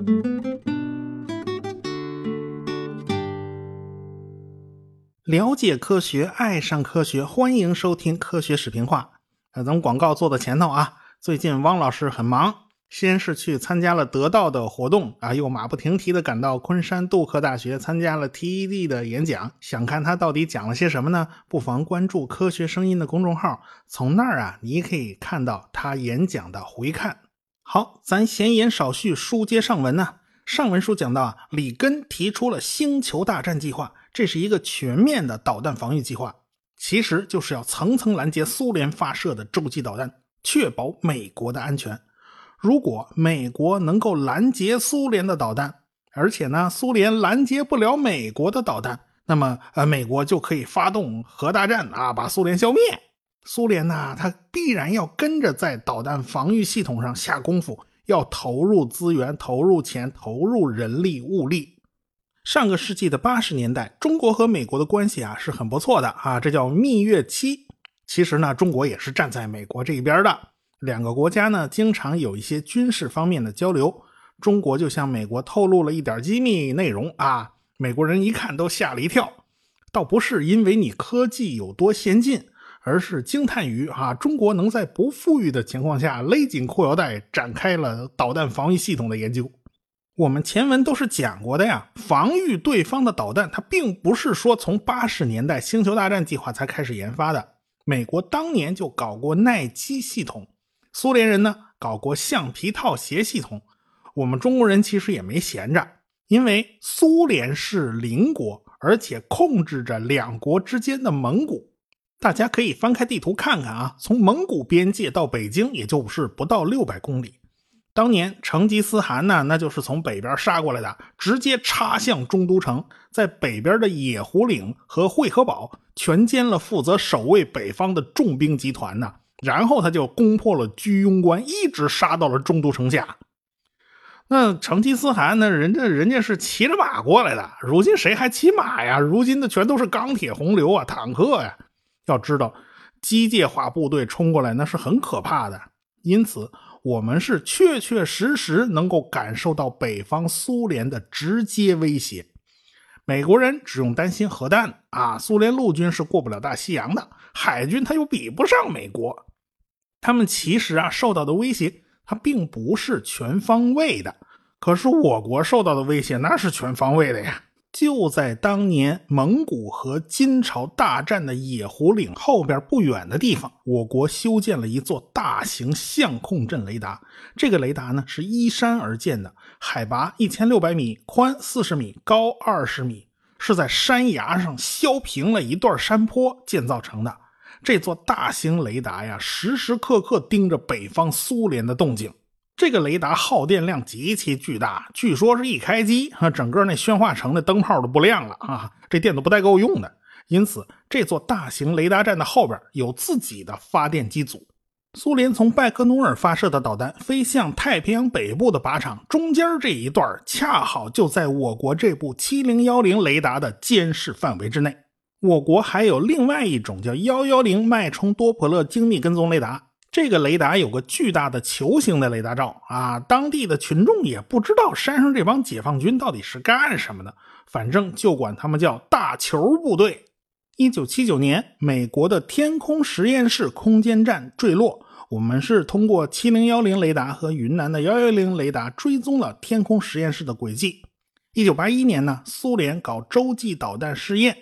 了解科学，爱上科学，欢迎收听科学视频化。咱们广告做到前头啊，最近汪老师很忙，先是去参加了得道的活动啊，又马不停蹄的赶到昆山杜克大学参加了 TED 的演讲。想看他到底讲了些什么呢？不妨关注科学声音的公众号，从那儿啊，你可以看到他演讲的回看。好，咱闲言少叙，书接上文呢。上文书讲到啊，里根提出了星球大战计划，这是一个全面的导弹防御计划，其实就是要层层拦截苏联发射的洲际导弹，确保美国的安全。如果美国能够拦截苏联的导弹，而且呢，苏联拦截不了美国的导弹，那么美国就可以发动核大战啊，把苏联消灭。苏联呢，它必然要跟着在导弹防御系统上下功夫，要投入资源，投入钱，投入人力物力。上个世纪的80年代，中国和美国的关系啊是很不错的啊，这叫蜜月期。其实呢，中国也是站在美国这一边的，两个国家呢经常有一些军事方面的交流。中国就向美国透露了一点机密内容啊，美国人一看都吓了一跳，倒不是因为你科技有多先进，而是惊叹于中国能在不富裕的情况下勒紧裤腰带展开了导弹防御系统的研究。我们前文都是讲过的呀，防御对方的导弹它并不是说从80年代星球大战计划才开始研发的，美国当年就搞过耐击系统，苏联人呢搞过橡皮套鞋系统，我们中国人其实也没闲着，因为苏联是邻国，而且控制着两国之间的蒙古。大家可以翻开地图看看啊，从蒙古边界到北京也就是不到600公里。当年成吉思汗呢，那就是从北边杀过来的，直接插向中都城，在北边的野狐岭和会合堡全歼了负责守卫北方的重兵集团呢，然后他就攻破了居庸关，一直杀到了中都城下。那成吉思汗呢，人家是骑着马过来的，如今谁还骑马呀？如今的全都是钢铁洪流啊，坦克呀。要知道机械化部队冲过来那是很可怕的，因此我们是确确实实能够感受到北方苏联的直接威胁。美国人只用担心核弹啊，苏联陆军是过不了大西洋的，海军他又比不上美国。他们其实受到的威胁它并不是全方位的，可是我国受到的威胁那是全方位的呀。就在当年蒙古和金朝大战的野狐岭后边不远的地方，我国修建了一座大型相控阵雷达。这个雷达呢是依山而建的，海拔1600米，宽40米，高20米，是在山崖上削平了一段山坡建造成的。这座大型雷达呀，时时刻刻盯着北方苏联的动静。这个雷达耗电量极其巨大，据说是一开机整个那宣化城的灯泡都不亮了啊，这电都不带够用的。因此这座大型雷达站的后边有自己的发电机组。苏联从拜科努尔发射的导弹飞向太平洋北部的靶场，中间这一段恰好就在我国这部7010雷达的监视范围之内。我国还有另外一种叫110脉冲多普勒精密跟踪雷达，这个雷达有个巨大的球形的雷达罩啊，当地的群众也不知道山上这帮解放军到底是干什么的，反正就管他们叫大球部队。1979年，美国的天空实验室空间站坠落，我们是通过7010雷达和云南的110雷达追踪了天空实验室的轨迹。1981年呢，苏联搞洲际导弹试验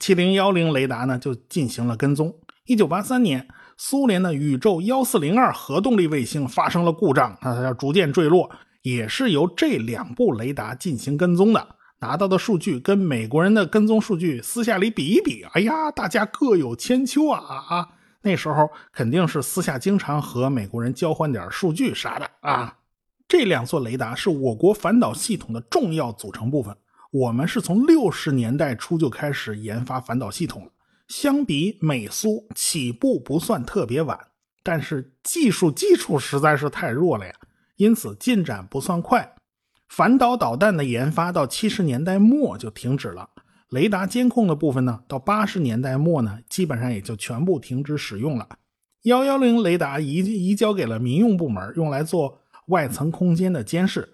，7010雷达呢就进行了跟踪。1983年，苏联的宇宙1402核动力卫星发生了故障，它要逐渐坠落，也是由这两部雷达进行跟踪的。拿到的数据跟美国人的跟踪数据私下里比一比，哎呀，大家各有千秋啊！那时候肯定是私下经常和美国人交换点数据啥的啊。这两座雷达是我国反导系统的重要组成部分，我们是从60年代初就开始研发反导系统了。相比美苏起步不算特别晚，但是技术基础实在是太弱了呀，因此进展不算快。反导导弹的研发到70年代末就停止了，雷达监控的部分呢，到80年代末呢，基本上也就全部停止使用了。110雷达移交给了民用部门，用来做外层空间的监视。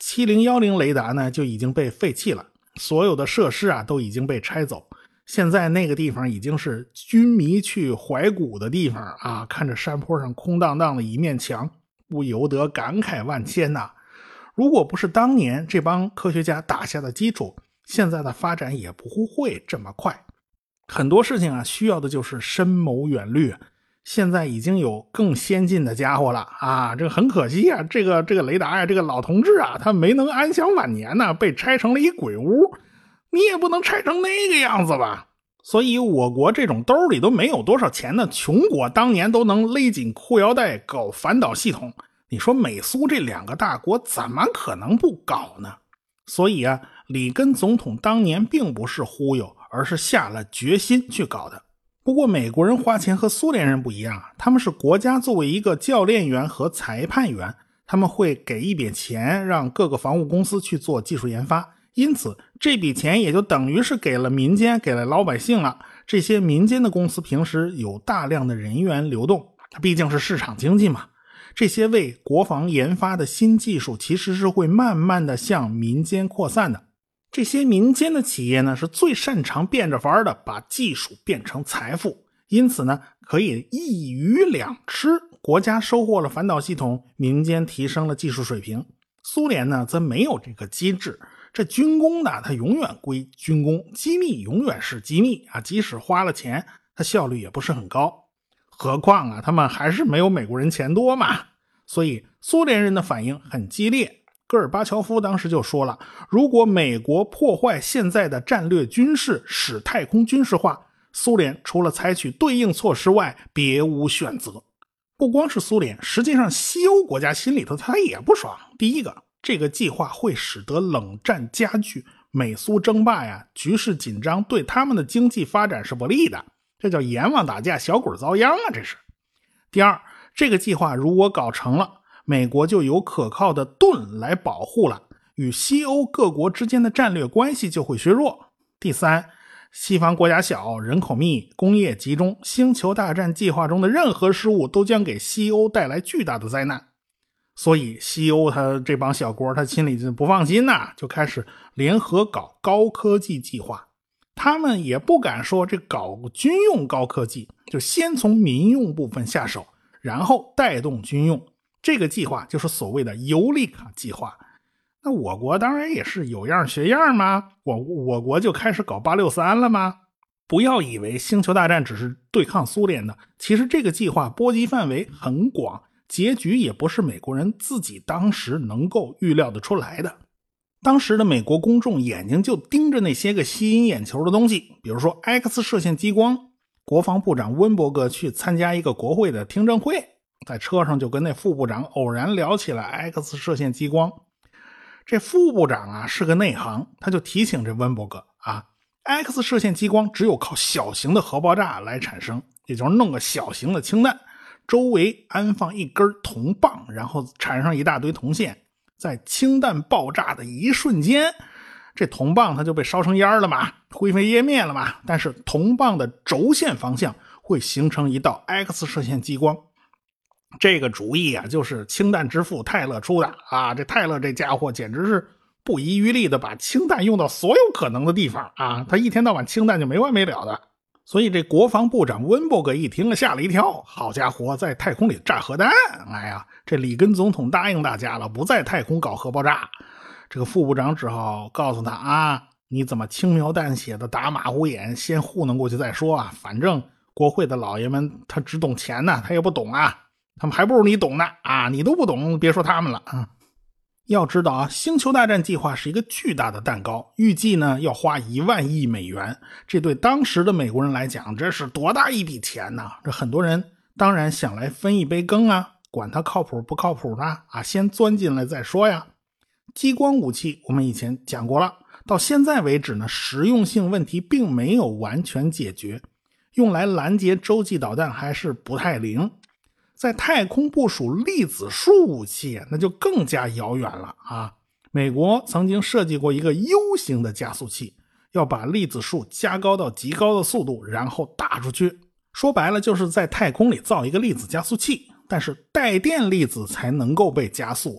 7010雷达呢就已经被废弃了，所有的设施啊都已经被拆走。现在那个地方已经是军迷去怀古的地方啊，看着山坡上空荡荡的一面墙，不由得感慨万千呐。如果不是当年这帮科学家打下的基础，现在的发展也不会这么快。很多事情啊，需要的就是深谋远虑。现在已经有更先进的家伙了啊，这个很可惜啊，这个雷达呀，这个老同志啊，他没能安享晚年呢，被拆成了一鬼屋。你也不能拆成那个样子吧。所以我国这种兜里都没有多少钱的穷国，当年都能勒紧裤腰带搞反导系统，你说美苏这两个大国怎么可能不搞呢？所以啊，里根总统当年并不是忽悠，而是下了决心去搞的。不过美国人花钱和苏联人不一样啊，他们是国家作为一个教练员和裁判员，他们会给一笔钱让各个防务公司去做技术研发，因此这笔钱也就等于是给了民间，给了老百姓了。这些民间的公司平时有大量的人员流动，毕竟是市场经济嘛。这些为国防研发的新技术其实是会慢慢的向民间扩散的。这些民间的企业呢，是最擅长变着法的把技术变成财富，因此呢，可以一鱼两吃。国家收获了反导系统，民间提升了技术水平。苏联呢，则没有这个机制。这军工呢，它永远归军工，机密永远是机密啊，即使花了钱，它效率也不是很高。何况啊，他们还是没有美国人钱多嘛。所以苏联人的反应很激烈。戈尔巴乔夫当时就说了，如果美国破坏现在的战略军事，使太空军事化，苏联除了采取对应措施外别无选择。不光是苏联，实际上西欧国家心里头他也不爽。第一个，这个计划会使得冷战加剧，美苏争霸呀，局势紧张，对他们的经济发展是不利的，这叫阎王打架小鬼遭殃啊，这是。第二，这个计划如果搞成了，美国就有可靠的盾来保护了，与西欧各国之间的战略关系就会削弱。第三，西方国家小，人口密，工业集中，星球大战计划中的任何失误都将给西欧带来巨大的灾难。所以西欧他这帮小国他心里就不放心呐，就开始联合搞高科技计划。他们也不敢说这搞军用高科技，就先从民用部分下手，然后带动军用。这个计划就是所谓的尤利卡计划。那我国当然也是有样学样嘛，我国就开始搞863了吗？不要以为星球大战只是对抗苏联的，其实这个计划波及范围很广，结局也不是美国人自己当时能够预料得出来的。当时的美国公众眼睛就盯着那些个吸引眼球的东西，比如说 X 射线激光。国防部长温伯格去参加一个国会的听证会，在车上就跟那副部长偶然聊起了 X 射线激光。这副部长啊是个内行，他就提醒这温伯格啊 ，X 射线激光只有靠小型的核爆炸来产生，也就是弄个小型的氢弹，周围安放一根铜棒，然后缠上一大堆铜线，在氢弹爆炸的一瞬间，这铜棒它就被烧成烟了嘛，灰飞烟灭了嘛，但是铜棒的轴线方向会形成一道 X 射线激光。这个主意啊，就是氢弹之父泰勒出的啊！这泰勒这家伙简直是不遗余力的把氢弹用到所有可能的地方啊！他一天到晚氢弹就没完没了的。所以这国防部长温伯格一听了吓了一跳，好家伙，在太空里炸核弹！哎呀，这里根总统答应大家了，不在太空搞核爆炸。这个副部长只好告诉他啊，你怎么轻描淡写的打马虎眼，先糊弄过去再说啊！反正国会的老爷们他只懂钱呢，他也不懂啊。他们还不如你懂呢啊！你都不懂，别说他们了啊！要知道啊，星球大战计划是一个巨大的蛋糕，预计呢要花1万亿美元，这对当时的美国人来讲，这是多大一笔钱呢？这很多人当然想来分一杯羹啊，管它靠谱不靠谱呢啊，先钻进来再说呀。激光武器我们以前讲过了，到现在为止呢，实用性问题并没有完全解决，用来拦截洲际导弹还是不太灵。在太空部署粒子束武器，那就更加遥远了啊！美国曾经设计过一个 U 型的加速器，要把粒子束加高到极高的速度，然后打出去。说白了就是在太空里造一个粒子加速器，但是带电粒子才能够被加速。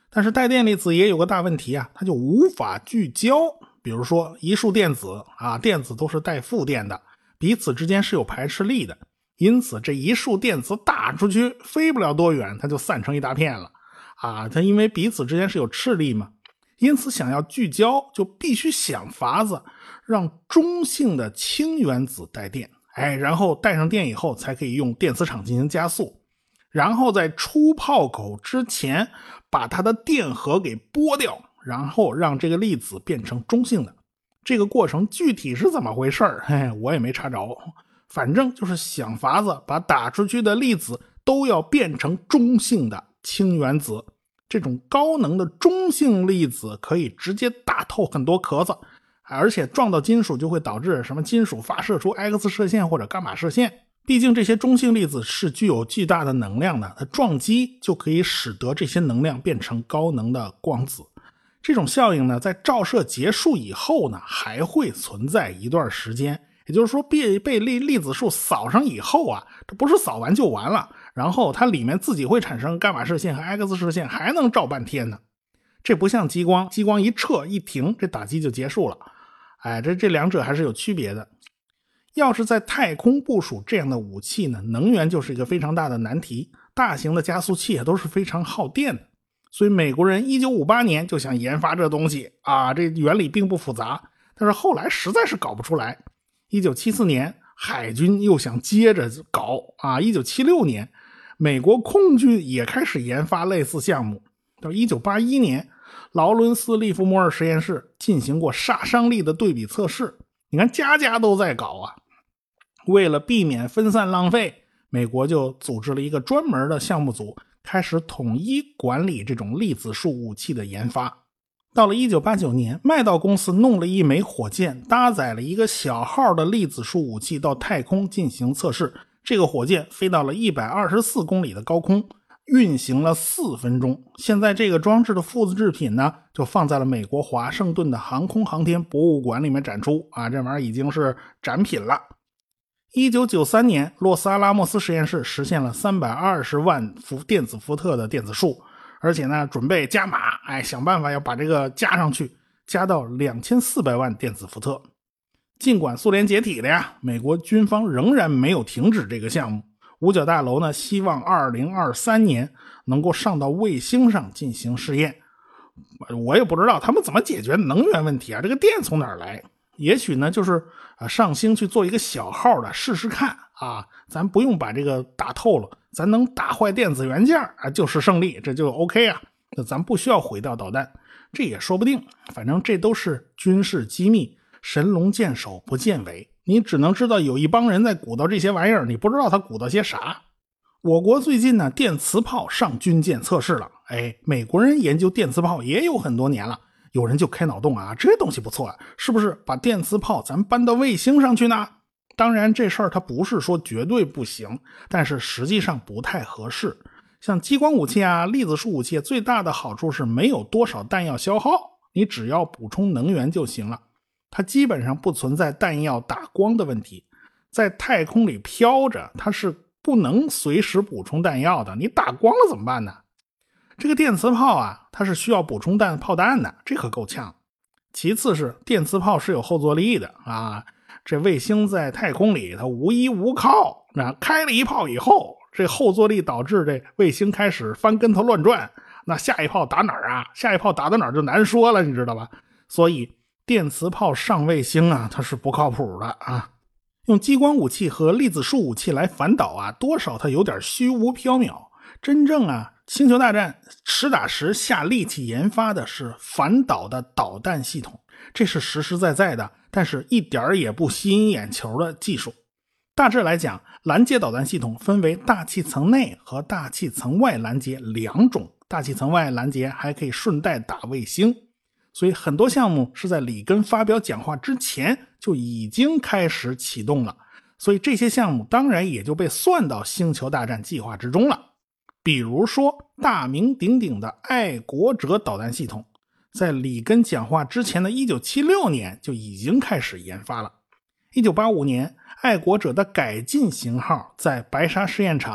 但是带电粒子也有个大问题啊，它就无法聚焦。比如说一束电子啊，电子都是带负电的，彼此之间是有排斥力的，因此这一束电子打出去飞不了多远，它就散成一大片了啊。它因为彼此之间是有斥力嘛，因此想要聚焦就必须想法子让中性的氢原子带电，然后带上电以后才可以用电磁场进行加速，然后在出炮口之前把它的电荷给剥掉，然后让这个粒子变成中性的。这个过程具体是怎么回事我也没查着，反正就是想法子把打出去的粒子都要变成中性的氢原子。这种高能的中性粒子可以直接打透很多壳子，而且撞到金属就会导致什么金属发射出 X 射线或者伽马射线。毕竟这些中性粒子是具有巨大的能量的，它撞击就可以使得这些能量变成高能的光子。这种效应呢，在照射结束以后呢，还会存在一段时间。也就是说被粒子束扫上以后啊，这不是扫完就完了，然后它里面自己会产生伽马射线和 X 射线，还能照半天呢。这不像激光，激光一撤一停，这打击就结束了。这两者还是有区别的。要是在太空部署这样的武器呢，能源就是一个非常大的难题，大型的加速器都是非常耗电的。所以美国人1958年就想研发这东西啊，这原理并不复杂，但是后来实在是搞不出来。1974年海军又想接着搞啊，1976年美国空军也开始研发类似项目。到1981年劳伦斯利弗莫尔实验室进行过杀伤力的对比测试。你看家家都在搞啊。为了避免分散浪费，美国就组织了一个专门的项目组，开始统一管理这种粒子束武器的研发。到了1989年，麦道公司弄了一枚火箭，搭载了一个小号的粒子束武器到太空进行测试。这个火箭飞到了124公里的高空，运行了4分钟。现在这个装置的复制品呢，就放在了美国华盛顿的航空航天博物馆里面展出啊，这玩意儿已经是展品了。1993年，洛斯阿拉莫斯实验室实现了320万电子伏特的电子束，而且呢，准备加码，想办法要把这个加上去，加到2400万电子伏特。尽管苏联解体了呀，美国军方仍然没有停止这个项目。五角大楼呢，希望2023年能够上到卫星上进行试验。我也不知道他们怎么解决能源问题啊，这个电从哪儿来？也许呢，就是上星去做一个小号的试试看啊，咱不用把这个打透了，咱能打坏电子元件啊，就是胜利，这就 OK 啊。那咱不需要毁掉导弹，这也说不定。反正这都是军事机密，神龙见首不见尾，你只能知道有一帮人在鼓捣这些玩意儿，你不知道他鼓捣些啥。我国最近呢，电磁炮上军舰测试了，美国人研究电磁炮也有很多年了。有人就开脑洞啊，这东西不错啊，是不是把电磁炮咱搬到卫星上去呢？当然这事儿它不是说绝对不行，但是实际上不太合适。像激光武器啊、粒子束武器最大的好处是没有多少弹药消耗，你只要补充能源就行了。它基本上不存在弹药打光的问题。在太空里飘着，它是不能随时补充弹药的，你打光了怎么办呢？这个电磁炮啊，它是需要补充炮弹的，这可够呛。其次是电磁炮是有后坐力的啊，这卫星在太空里它无依无靠，那开了一炮以后，这后坐力导致这卫星开始翻跟头乱转，那下一炮打哪儿啊？下一炮打到哪儿就难说了，你知道吧？所以电磁炮上卫星啊，它是不靠谱的啊。用激光武器和粒子束武器来反导啊，多少它有点虚无缥缈。真正啊，星球大战实打实下力气研发的是反导的导弹系统，这是实实在在的，但是一点也不吸引眼球的技术。大致来讲，拦截导弹系统分为大气层内和大气层外拦截两种，大气层外拦截还可以顺带打卫星。所以很多项目是在里根发表讲话之前就已经开始启动了，所以这些项目当然也就被算到星球大战计划之中了。比如说大名鼎鼎的爱国者导弹系统，在里根讲话之前的1976年就已经开始研发了。1985年，爱国者的改进型号在白沙试验场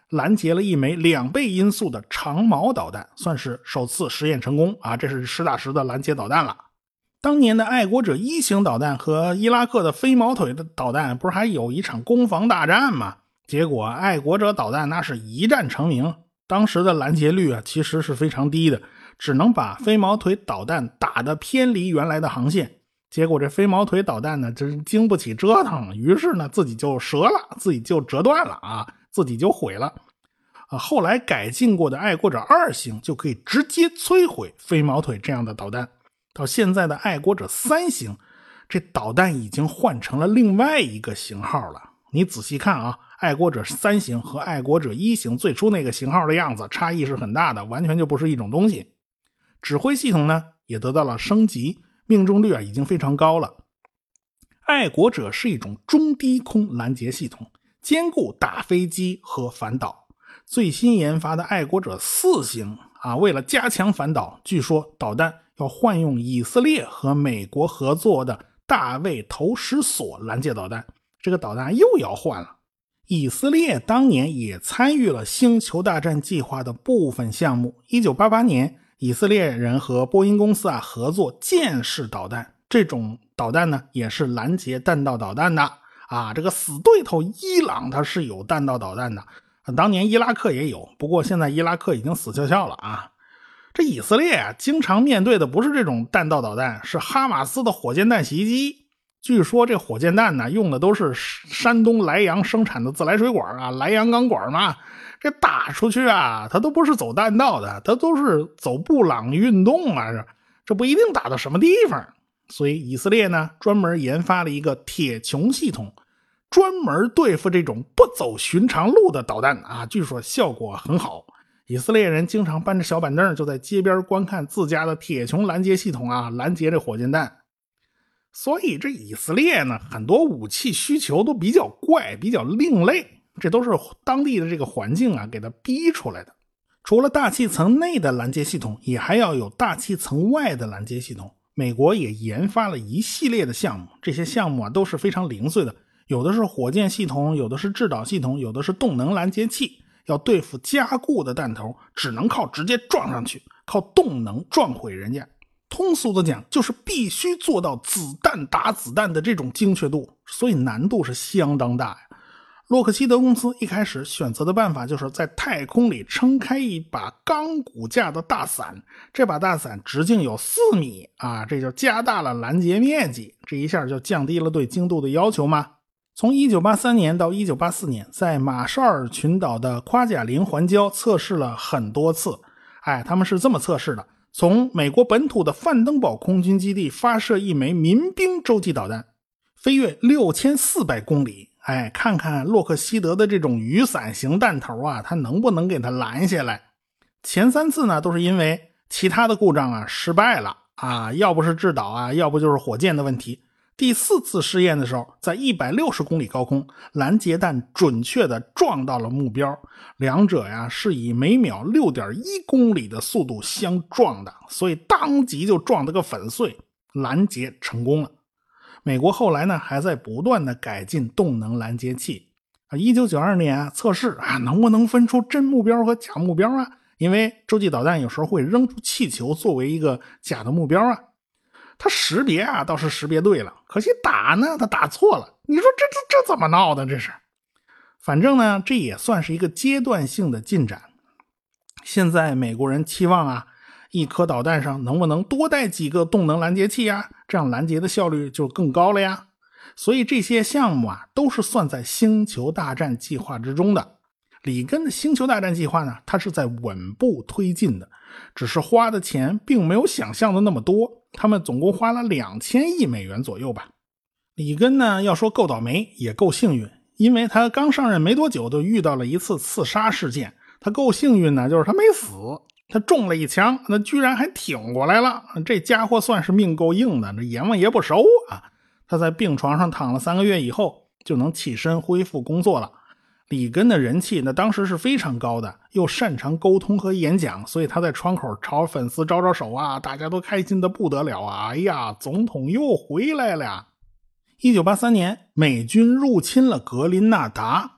拦截了一枚2倍音速的长矛导弹，算是首次实验成功啊！这是实打实的拦截导弹了。当年的爱国者1型导弹和伊拉克的飞毛腿的导弹不是还有一场攻防大战吗？结果爱国者导弹那是一战成名，当时的拦截率其实是非常低的，只能把飞毛腿导弹打得偏离原来的航线。结果这飞毛腿导弹呢，真经不起折腾，于是呢自己就折了，自己就折断了啊，自己就毁了。后来改进过的爱国者2型就可以直接摧毁飞毛腿这样的导弹。到现在的爱国者3型，这导弹已经换成了另外一个型号了。你仔细看啊，爱国者3型和爱国者1型最初那个型号的样子差异是很大的，完全就不是一种东西。指挥系统呢也得到了升级，命中率已经非常高了。爱国者是一种中低空拦截系统，兼顾打飞机和反导。最新研发的爱国者4型为了加强反导，据说导弹要换用以色列和美国合作的大卫投石索拦截导弹，这个导弹又要换了。以色列当年也参与了星球大战计划的部分项目。1988年，以色列人和波音公司合作箭式导弹，这种导弹呢也是拦截弹道导弹的这个死对头伊朗它是有弹道导弹的，当年伊拉克也有，不过现在伊拉克已经死翘翘了啊。这以色列经常面对的不是这种弹道导弹，是哈马斯的火箭弹袭击。据说这火箭弹呢用的都是山东莱阳生产的自来水管莱阳钢管嘛，这打出去它都不是走弹道的，它都是走布朗运动这不一定打到什么地方。所以以色列呢专门研发了一个铁穹系统，专门对付这种不走寻常路的导弹据说效果很好。以色列人经常搬着小板凳就在街边观看自家的铁穹拦截系统拦截这火箭弹。所以这以色列呢很多武器需求都比较怪，比较另类，这都是当地的这个环境给它逼出来的。除了大气层内的拦截系统，也还要有大气层外的拦截系统。美国也研发了一系列的项目，这些项目都是非常零碎的，有的是火箭系统，有的是制导系统，有的是动能拦截器。要对付加固的弹头，只能靠直接撞上去，靠动能撞毁人家。通俗的讲，就是必须做到子弹打子弹的这种精确度，所以难度是相当大呀。洛克希德公司一开始选择的办法就是在太空里撑开一把钢骨架的大伞，这把大伞直径有4米这就加大了拦截面积，这一下就降低了对精度的要求嘛。从1983年到1984年，在马绍尔群岛的夸贾林环礁测试了很多次。他们是这么测试的：从美国本土的范登堡空军基地发射一枚民兵洲际导弹，飞越6400公里。看看洛克希德的这种雨伞型弹头它能不能给它拦下来。前3次呢都是因为其他的故障失败了要不是制导要不就是火箭的问题。第4次试验的时候，在160公里高空，拦截弹准确地撞到了目标，两者是以每秒 6.1 公里的速度相撞的，所以当即就撞得个粉碎，拦截成功了。美国后来呢还在不断的改进动能拦截器。1992年测试能不能分出真目标和假目标因为洲际导弹有时候会扔出气球作为一个假的目标它识别倒是识别对了，可惜打呢它打错了。你说这怎么闹的这是？反正呢这也算是一个阶段性的进展。现在美国人期望一颗导弹上能不能多带几个动能拦截器这样拦截的效率就更高了呀。所以这些项目都是算在星球大战计划之中的。里根的星球大战计划呢，它是在稳步推进的，只是花的钱并没有想象的那么多，他们总共花了2000亿美元左右吧。里根呢，要说够倒霉也够幸运，因为他刚上任没多久就遇到了一次刺杀事件。他够幸运呢，就是他没死，他中了一枪，那居然还挺过来了。这家伙算是命够硬的，这阎王爷不熟他在病床上躺了3个月以后就能起身恢复工作了。里根的人气那当时是非常高的，又擅长沟通和演讲，所以他在窗口朝粉丝招招手大家都开心的不得了哎呀，总统又回来了。1983年美军入侵了格林纳达，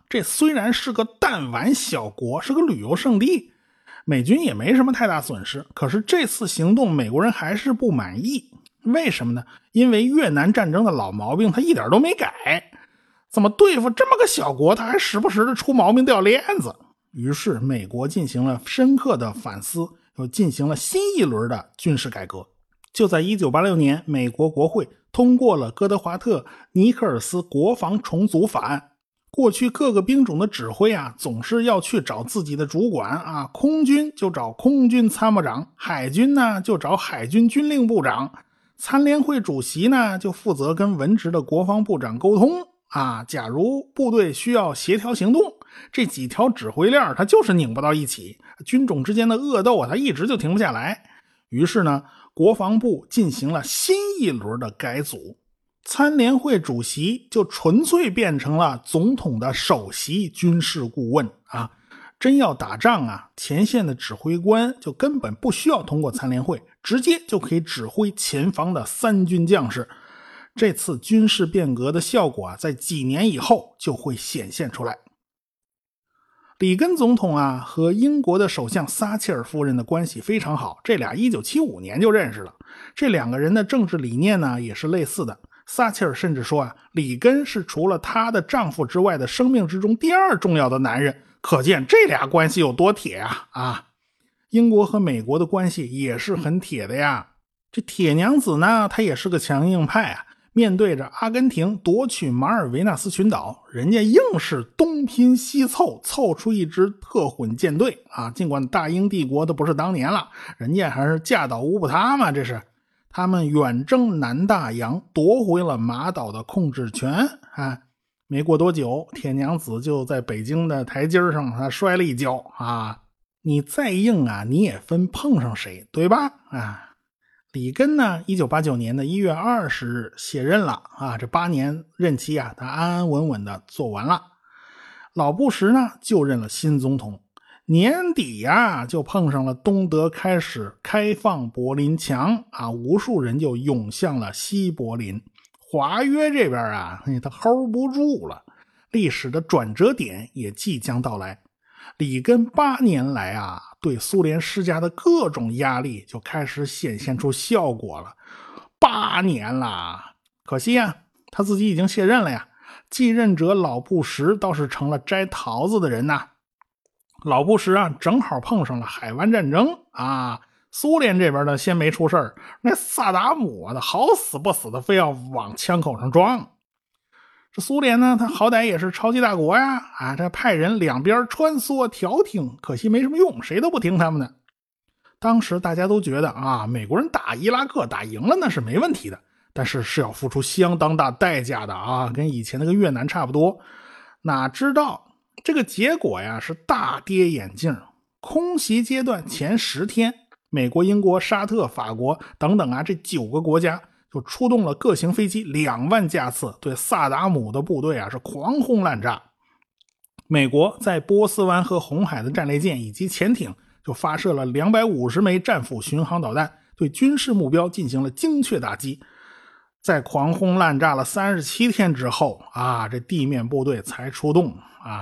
这虽然是个弹丸小国，是个旅游胜地，美军也没什么太大损失，可是这次行动美国人还是不满意。为什么呢？因为越南战争的老毛病他一点都没改，怎么对付这么个小国他还时不时的出毛病掉链子。于是美国进行了深刻的反思，又进行了新一轮的军事改革。就在1986年，美国国会通过了哥德华特·尼克尔斯国防重组法案。过去各个兵种的指挥总是要去找自己的主管空军就找空军参谋长，海军呢就找海军军令部长，参联会主席呢就负责跟文职的国防部长沟通假如部队需要协调行动，这几条指挥链它就是拧不到一起，军种之间的恶斗它一直就停不下来。于是呢，国防部进行了新一轮的改组，参联会主席就纯粹变成了总统的首席军事顾问真要打仗前线的指挥官就根本不需要通过参联会，直接就可以指挥前方的三军将士。这次军事变革的效果在几年以后就会显现出来。里根总统和英国的首相撒切尔夫人的关系非常好，这俩1975年就认识了。这两个人的政治理念呢也是类似的。撒切尔甚至说里根是除了她的丈夫之外的生命之中第二重要的男人，可见这俩关系有多铁英国和美国的关系也是很铁的呀。这铁娘子呢，她也是个强硬派面对着阿根廷夺取马尔维纳斯群岛，人家硬是东拼西凑，凑出一支特混舰队尽管大英帝国都不是当年了，人家还是架倒乌布他嘛，这是他们远征南大洋，夺回了马岛的控制权没过多久，铁娘子就在北京的台阶上她摔了一跤你再硬你也分碰上谁，对吧里根呢1989年的1月20日卸任了这8年任期他安安稳稳的做完了。老布什呢就任了新总统，年底就碰上了东德开始开放柏林墙无数人就涌向了西柏林，华约这边他 hold 不住了，历史的转折点也即将到来。里根8年来对苏联施加的各种压力就开始显现出效果了。8年了，可惜他自己已经卸任了继任者老布什倒是成了摘桃子的人老布什正好碰上了海湾战争苏联这边的先没出事儿，那萨达姆好死不死的非要往枪口上撞。这苏联呢，他好歹也是超级大国这派人两边穿梭调停，可惜没什么用，谁都不听他们的。当时大家都觉得美国人打伊拉克打赢了那是没问题的，但是是要付出相当大代价的跟以前那个越南差不多。哪知道这个结果是大跌眼镜。空袭阶段前10天，美国、英国、沙特、法国等等这9个国家就出动了各型飞机2万架次，对萨达姆的部队是狂轰滥炸。美国在波斯湾和红海的战列舰以及潜艇就发射了250枚战斧巡航导弹，对军事目标进行了精确打击。在狂轰滥炸了37天之后这地面部队才出动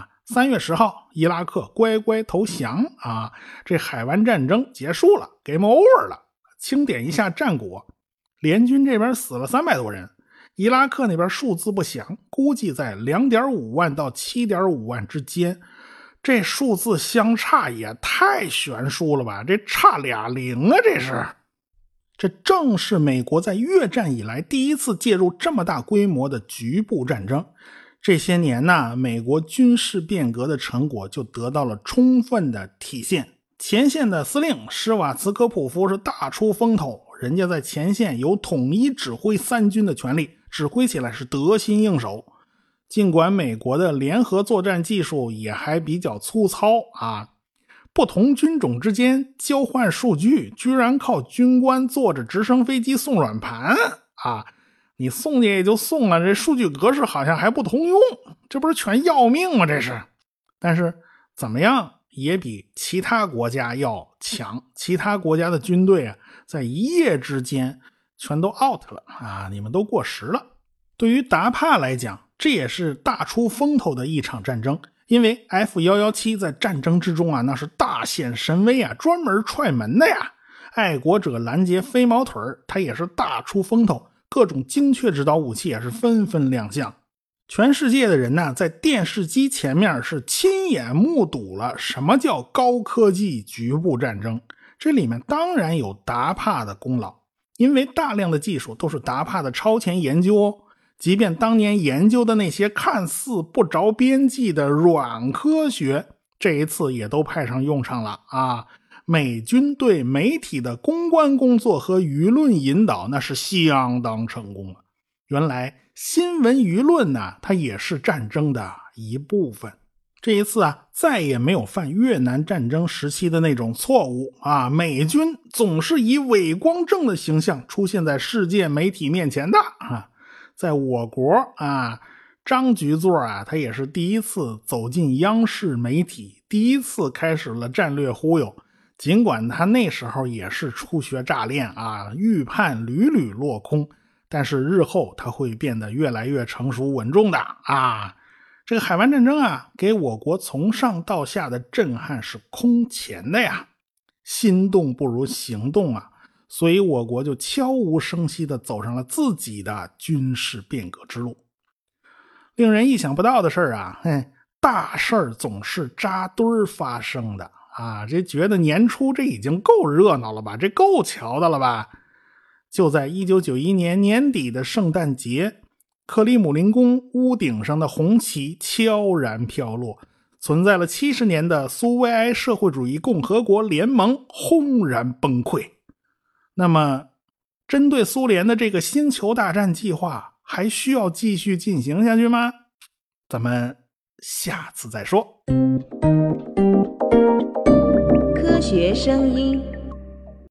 3月10号，伊拉克乖乖投降这海湾战争结束了， Game over 了。清点一下战果，联军这边死了300多人，伊拉克那边数字不详，估计在 2.5 万到 7.5 万之间。这数字相差也太悬殊了吧，这差俩零这是。这正是美国在越战以来第一次介入这么大规模的局部战争。这些年美国军事变革的成果就得到了充分的体现。前线的司令施瓦茨科普夫是大出风头，人家在前线有统一指挥三军的权利，指挥起来是得心应手。尽管美国的联合作战技术也还比较粗糙不同军种之间交换数据居然靠军官坐着直升飞机送软盘你送去也就送了，这数据格式好像还不通用，这不是全要命吗？这是。但是怎么样也比其他国家要强，其他国家的军队在一夜之间全都 out 了你们都过时了。对于达帕来讲，这也是大出风头的一场战争， 因为 F-117在战争之中啊，那是大显神威啊，专门踹门的呀。爱国者拦截飞毛腿他也是大出风头，各种精确制导武器也是纷纷亮相。全世界的人呢，在电视机前面是亲眼目睹了什么叫高科技局部战争。这里面当然有达帕的功劳，因为大量的技术都是达帕的超前研究哦。即便当年研究的那些看似不着边际的软科学，这一次也都派上用场了啊！美军对媒体的公关工作和舆论引导那是相当成功了。原来新闻舆论呢，它也是战争的一部分。这一次啊，再也没有犯越南战争时期的那种错误啊！美军总是以伟光正的形象出现在世界媒体面前的啊！在我国啊，张局座啊，他也是第一次走进央视媒体，第一次开始了战略忽悠。尽管他那时候也是初学乍练啊，预判屡屡落空，但是日后他会变得越来越成熟稳重的啊。这个海湾战争啊，给我国从上到下的震撼是空前的呀。心动不如行动啊，所以我国就悄无声息地走上了自己的军事变革之路。令人意想不到的事啊，大事儿总是扎堆儿发生的啊！这觉得年初这已经够热闹了吧，这够瞧的了吧？就在1991年年底的圣诞节，克里姆林宫屋顶上的红旗悄然飘落，存在了70年的苏维埃社会主义共和国联盟轰然崩溃。那么针对苏联的这个星球大战计划还需要继续进行下去吗？咱们下次再说。 科学声音